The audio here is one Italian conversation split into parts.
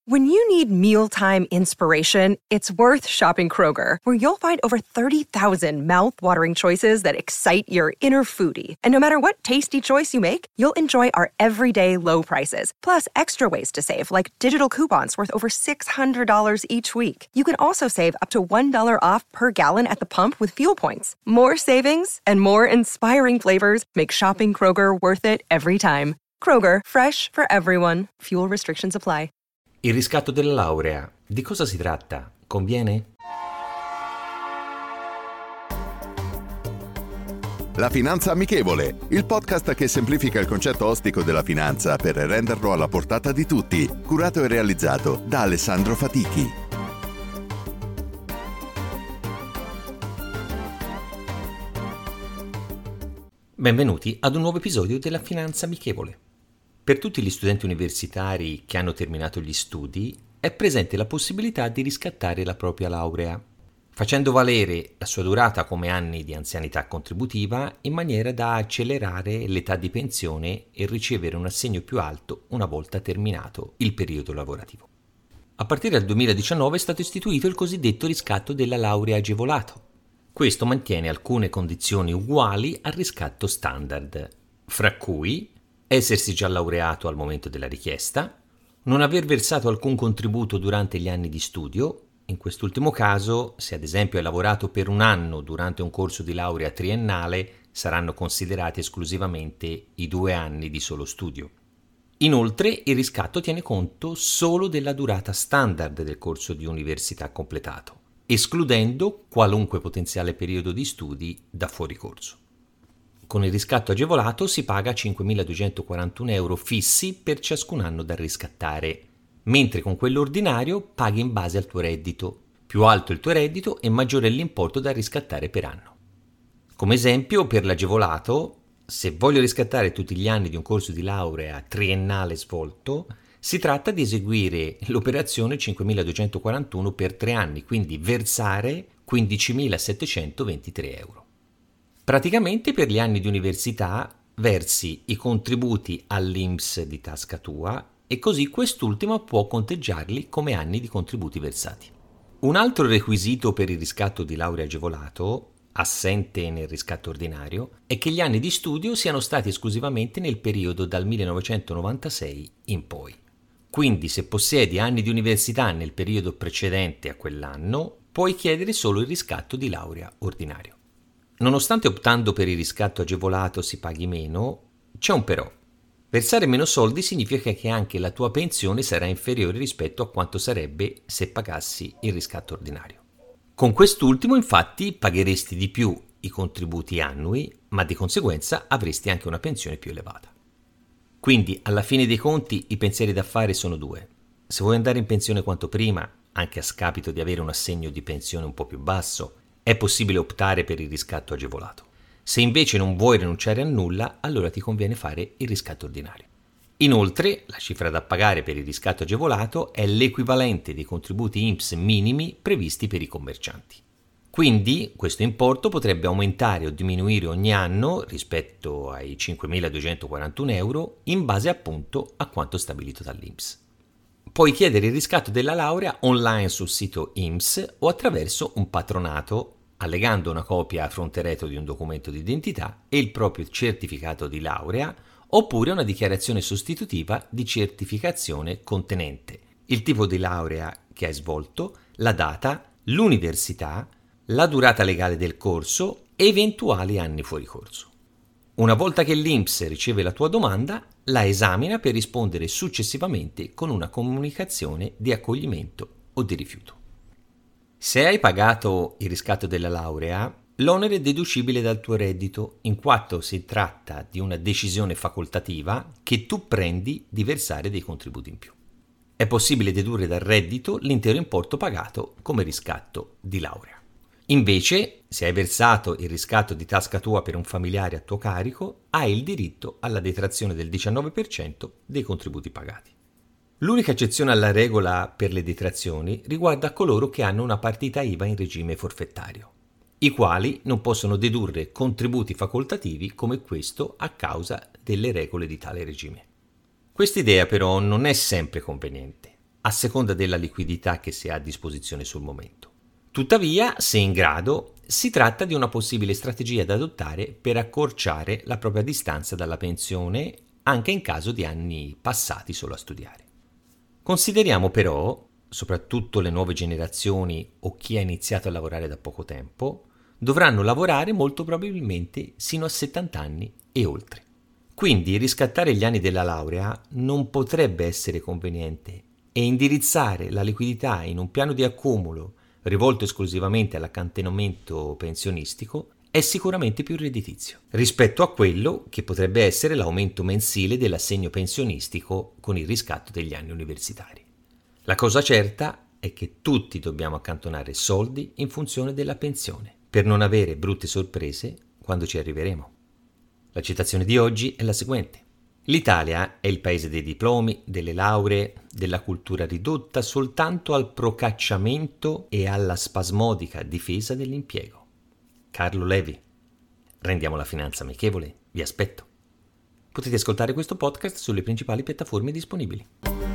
When you need mealtime inspiration, it's worth shopping Kroger, where you'll find over 30,000 mouth-watering choices that excite your inner foodie. And no matter what tasty choice you make, you'll enjoy our everyday low prices, plus extra ways to save, like digital coupons worth over $600 each week. You can also save up to $1 off per gallon at the pump with fuel points. More savings and more inspiring flavors make shopping Kroger worth it every time. Kroger, fresh for everyone. Fuel restrictions apply. Il riscatto della laurea, di cosa si tratta? Conviene? La Finanza Amichevole, il podcast che semplifica il concetto ostico della finanza per renderlo alla portata di tutti, curato e realizzato da Alessandro Fatichi. Benvenuti ad un nuovo episodio della Finanza Amichevole. Per tutti gli studenti universitari che hanno terminato gli studi è presente la possibilità di riscattare la propria laurea, facendo valere la sua durata come anni di anzianità contributiva in maniera da accelerare l'età di pensione e ricevere un assegno più alto una volta terminato il periodo lavorativo. A partire dal 2019 è stato istituito il cosiddetto riscatto della laurea agevolato. Questo mantiene alcune condizioni uguali al riscatto standard, fra cui essersi già laureato al momento della richiesta, non aver versato alcun contributo durante gli anni di studio. In quest'ultimo caso, se ad esempio hai lavorato per un anno durante un corso di laurea triennale, saranno considerati esclusivamente i 2 anni di solo studio. Inoltre, il riscatto tiene conto solo della durata standard del corso di università completato, escludendo qualunque potenziale periodo di studi da fuori corso. Con il riscatto agevolato si paga 5.241 euro fissi per ciascun anno da riscattare, mentre con quello ordinario paghi in base al tuo reddito. Più alto il tuo reddito e maggiore è l'importo da riscattare per anno. Come esempio, per l'agevolato, se voglio riscattare tutti gli anni di un corso di laurea triennale svolto, si tratta di eseguire l'operazione 5.241 per 3 anni, quindi versare 15.723 euro. Praticamente per gli anni di università versi i contributi all'INPS di tasca tua e così quest'ultima può conteggiarli come anni di contributi versati. Un altro requisito per il riscatto di laurea agevolato, assente nel riscatto ordinario, è che gli anni di studio siano stati esclusivamente nel periodo dal 1996 in poi. Quindi se possiedi anni di università nel periodo precedente a quell'anno, puoi chiedere solo il riscatto di laurea ordinario. Nonostante optando per il riscatto agevolato si paghi meno, c'è un però. Versare meno soldi significa che anche la tua pensione sarà inferiore rispetto a quanto sarebbe se pagassi il riscatto ordinario. Con quest'ultimo, infatti, pagheresti di più i contributi annui, ma di conseguenza avresti anche una pensione più elevata. Quindi, alla fine dei conti, i pensieri da fare sono 2. Se vuoi andare in pensione quanto prima, anche a scapito di avere un assegno di pensione un po' più basso, è possibile optare per il riscatto agevolato. Se invece non vuoi rinunciare a nulla, allora ti conviene fare il riscatto ordinario. Inoltre, la cifra da pagare per il riscatto agevolato è l'equivalente dei contributi INPS minimi previsti per i commercianti. Quindi, questo importo potrebbe aumentare o diminuire ogni anno rispetto ai 5.241 euro in base appunto a quanto stabilito dall'INPS. Puoi chiedere il riscatto della laurea online sul sito INPS o attraverso un patronato, allegando una copia a fronte retro di un documento di identità e il proprio certificato di laurea, oppure una dichiarazione sostitutiva di certificazione contenente il tipo di laurea che hai svolto, la data, l'università, la durata legale del corso e eventuali anni fuori corso. Una volta che l'INPS riceve la tua domanda, la esamina per rispondere successivamente con una comunicazione di accoglimento o di rifiuto. Se hai pagato il riscatto della laurea, l'onere è deducibile dal tuo reddito, in quanto si tratta di una decisione facoltativa che tu prendi di versare dei contributi in più. È possibile dedurre dal reddito l'intero importo pagato come riscatto di laurea. Invece, se hai versato il riscatto di tasca tua per un familiare a tuo carico, hai il diritto alla detrazione del 19% dei contributi pagati. L'unica eccezione alla regola per le detrazioni riguarda coloro che hanno una partita IVA in regime forfettario, i quali non possono dedurre contributi facoltativi come questo a causa delle regole di tale regime. Quest'idea però non è sempre conveniente. a seconda della liquidità che si ha a disposizione sul momento. Tuttavia, se in grado, si tratta di una possibile strategia da adottare per accorciare la propria distanza dalla pensione anche in caso di anni passati solo a studiare. Consideriamo però, soprattutto le nuove generazioni o chi ha iniziato a lavorare da poco tempo, dovranno lavorare molto probabilmente sino a 70 anni e oltre. Quindi riscattare gli anni della laurea non potrebbe essere conveniente e indirizzare la liquidità in un piano di accumulo rivolto esclusivamente all'accantonamento pensionistico è sicuramente più redditizio rispetto a quello che potrebbe essere l'aumento mensile dell'assegno pensionistico con il riscatto degli anni universitari. La cosa certa è che tutti dobbiamo accantonare soldi in funzione della pensione per non avere brutte sorprese quando ci arriveremo. La citazione di oggi è la seguente. L'Italia è il paese dei diplomi, delle lauree, della cultura ridotta soltanto al procacciamento e alla spasmodica difesa dell'impiego. Carlo Levi. Rendiamo la finanza amichevole. Vi aspetto. Potete ascoltare questo podcast sulle principali piattaforme disponibili.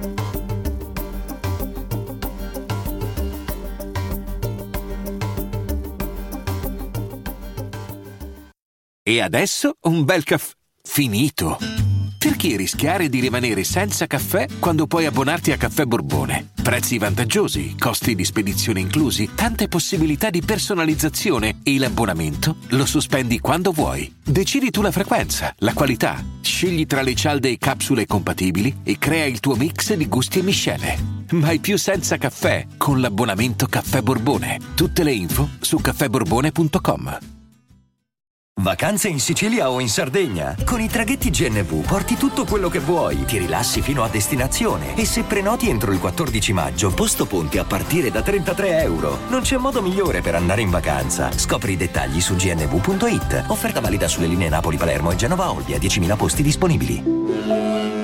E adesso un bel caffè finito. Perché rischiare di rimanere senza caffè quando puoi abbonarti a Caffè Borbone? Prezzi vantaggiosi, costi di spedizione inclusi, tante possibilità di personalizzazione e l'abbonamento lo sospendi quando vuoi. Decidi tu la frequenza, la qualità, scegli tra le cialde e capsule compatibili e crea il tuo mix di gusti e miscele. Mai più senza caffè con l'abbonamento Caffè Borbone. Tutte le info su caffèborbone.com. Vacanze in Sicilia o in Sardegna? Con i traghetti GNV porti tutto quello che vuoi, ti rilassi fino a destinazione e se prenoti entro il 14 maggio, posto ponti a partire da €33. Non c'è modo migliore per andare in vacanza. Scopri i dettagli su gnv.it. Offerta valida sulle linee Napoli-Palermo e Genova-Olbia, 10.000 posti disponibili.